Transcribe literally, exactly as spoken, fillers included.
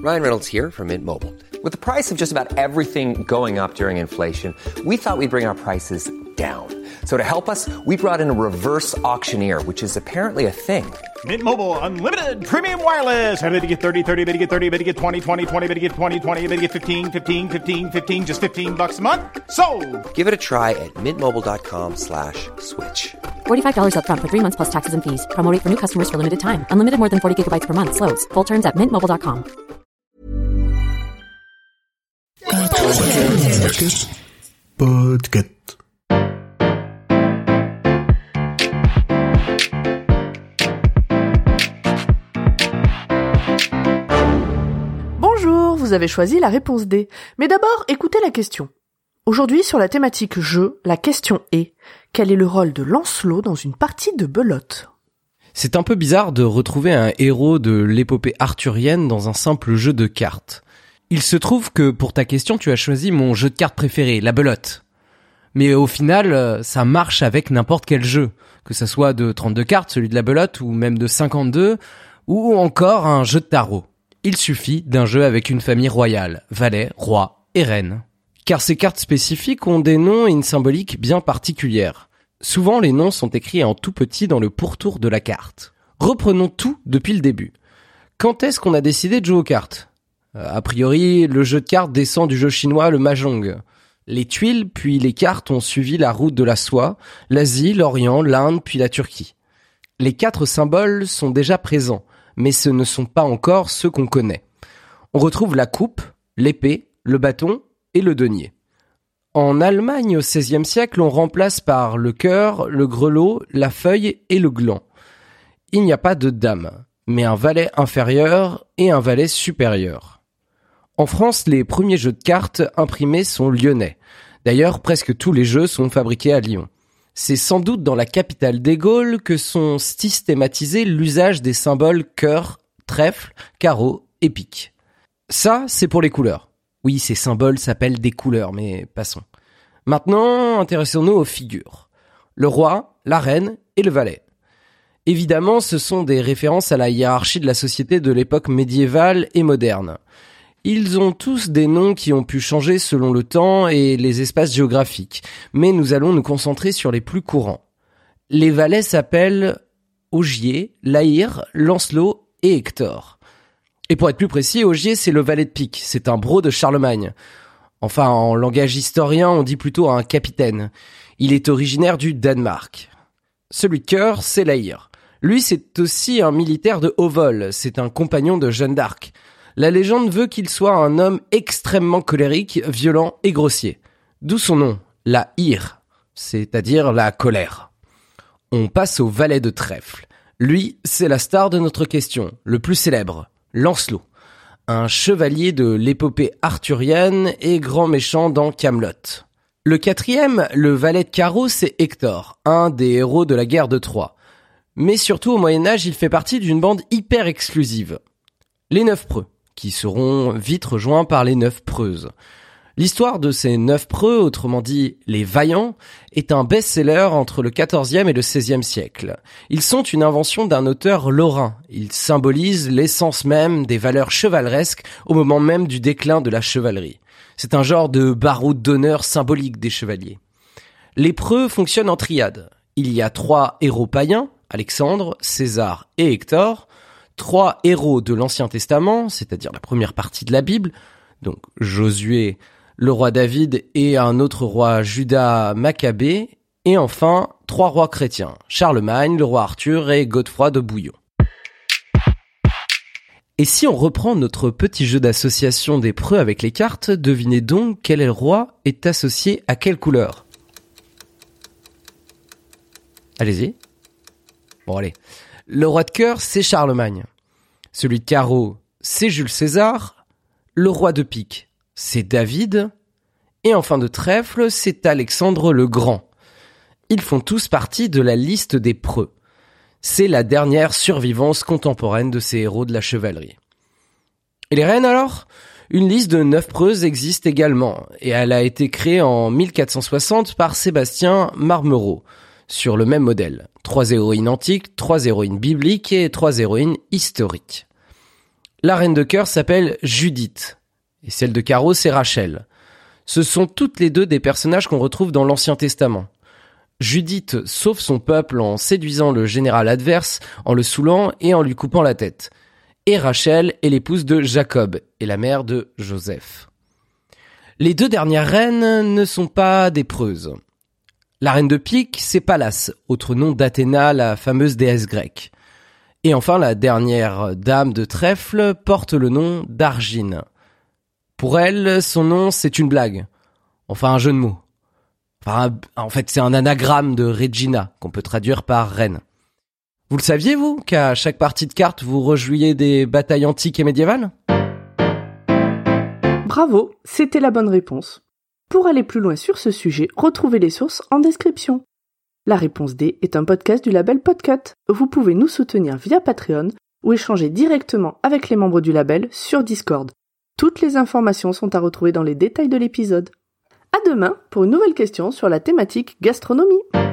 Ryan Reynolds here from Mint Mobile. With the price of just about everything going up during inflation, we thought we'd bring our prices down. So to help us, we brought in a reverse auctioneer, which is apparently a thing. Mint Mobile Unlimited Premium Wireless. How to get thirty, thirty, how to get thirty, how to get twenty, twenty, twenty, how to get twenty, twenty, how to get fifteen, fifteen, fifteen, fifteen, just fifteen bucks a month? Sold! Give it a try at mintmobile.com slash switch. forty-five dollars up front for three months plus taxes and fees. Promo rate for new customers for limited time. Unlimited more than forty gigabytes per month. Slows full terms at mint mobile dot com. Podcast. Podcast. Bonjour, vous avez choisi la réponse D. Mais d'abord, écoutez la question. Aujourd'hui, sur la thématique jeu, la question est: quel est le rôle de Lancelot dans une partie de belote ? C'est un peu bizarre de retrouver un héros de l'épopée arthurienne dans un simple jeu de cartes. Il se trouve que pour ta question, tu as choisi mon jeu de cartes préféré, la belote. Mais au final, ça marche avec n'importe quel jeu, que ça soit de trente-deux cartes, celui de la belote, ou même de cinquante-deux, ou encore un jeu de tarot. Il suffit d'un jeu avec une famille royale, valet, roi et reine. Car ces cartes spécifiques ont des noms et une symbolique bien particulière. Souvent, les noms sont écrits en tout petit dans le pourtour de la carte. Reprenons tout depuis le début. Quand est-ce qu'on a décidé de jouer aux cartes ? euh, A priori, le jeu de cartes descend du jeu chinois, le mahjong. Les tuiles, puis les cartes ont suivi la route de la soie, l'Asie, l'Orient, l'Inde, puis la Turquie. Les quatre symboles sont déjà présents, mais ce ne sont pas encore ceux qu'on connaît. On retrouve la coupe, l'épée, le bâton et le denier. En Allemagne, au seizième siècle, on remplace par le cœur, le grelot, la feuille et le gland. Il n'y a pas de dame, mais un valet inférieur et un valet supérieur. En France, les premiers jeux de cartes imprimés sont lyonnais. D'ailleurs, presque tous les jeux sont fabriqués à Lyon. C'est sans doute dans la capitale des Gaules que sont systématisés l'usage des symboles cœur, trèfle, carreau et pique. Ça, c'est pour les couleurs. Oui, ces symboles s'appellent des couleurs, mais passons. Maintenant, intéressons-nous aux figures. Le roi, la reine et le valet. Évidemment, ce sont des références à la hiérarchie de la société de l'époque médiévale et moderne. Ils ont tous des noms qui ont pu changer selon le temps et les espaces géographiques, mais nous allons nous concentrer sur les plus courants. Les valets s'appellent Ogier, Laïr, Lancelot et Hector. Et pour être plus précis, Ogier, c'est le valet de pique, c'est un bro de Charlemagne. Enfin, en langage historien, on dit plutôt un capitaine. Il est originaire du Danemark. Celui de cœur, c'est Laïr. Lui, c'est aussi un militaire de haut vol, c'est un compagnon de Jeanne d'Arc. La légende veut qu'il soit un homme extrêmement colérique, violent et grossier. D'où son nom, la ire, c'est-à-dire la colère. On passe au valet de trèfle. Lui, c'est la star de notre question, le plus célèbre, Lancelot. Un chevalier de l'épopée arthurienne et grand méchant dans Camelot. Le quatrième, le valet de carreau, c'est Hector, un des héros de la guerre de Troie. Mais surtout au Moyen-Âge, il fait partie d'une bande hyper exclusive. Les neuf preux, qui seront vite rejoints par les neuf preuses. L'histoire de ces neuf preux, autrement dit les vaillants, est un best-seller entre le quatorzième et le seizième siècle. Ils sont une invention d'un auteur lorrain. Ils symbolisent l'essence même des valeurs chevaleresques au moment même du déclin de la chevalerie. C'est un genre de baroud d'honneur symbolique des chevaliers. Les preux fonctionnent en triade. Il y a trois héros païens, Alexandre, César et Hector, trois héros de l'Ancien Testament, c'est-à-dire la première partie de la Bible, donc Josué, le roi David et un autre roi Juda Maccabée, et enfin trois rois chrétiens, Charlemagne, le roi Arthur et Godefroy de Bouillon. Et si on reprend notre petit jeu d'association des preux avec les cartes, devinez donc quel roi est associé à quelle couleur ? Allez-y. Bon allez. Le roi de cœur, c'est Charlemagne. Celui de carreau, c'est Jules César. Le roi de pique, c'est David. Et enfin de trèfle, c'est Alexandre le Grand. Ils font tous partie de la liste des preux. C'est la dernière survivance contemporaine de ces héros de la chevalerie. Et les reines alors ? Une liste de neuf preuses existe également, et elle a été créée en mille quatre cent soixante par Sébastien Marmereau, sur le même modèle. Trois héroïnes antiques, trois héroïnes bibliques et trois héroïnes historiques. La reine de cœur s'appelle Judith, et celle de carreau, c'est Rachel. Ce sont toutes les deux des personnages qu'on retrouve dans l'Ancien Testament. Judith sauve son peuple en séduisant le général adverse, en le saoulant et en lui coupant la tête. Et Rachel est l'épouse de Jacob et la mère de Joseph. Les deux dernières reines ne sont pas des preuses. La reine de pique, c'est Pallas, autre nom d'Athéna, la fameuse déesse grecque. Et enfin, la dernière dame de trèfle porte le nom d'Argine. Pour elle, son nom, c'est une blague. Enfin, un jeu de mots. Enfin, en fait, c'est un anagramme de Regina, qu'on peut traduire par reine. Vous le saviez, vous, qu'à chaque partie de cartes, vous rejouiez des batailles antiques et médiévales ? Bravo, c'était la bonne réponse. Pour aller plus loin sur ce sujet, retrouvez les sources en description. La réponse D est un podcast du label Podcut. Vous pouvez nous soutenir via Patreon ou échanger directement avec les membres du label sur Discord. Toutes les informations sont à retrouver dans les détails de l'épisode. À demain pour une nouvelle question sur la thématique gastronomie.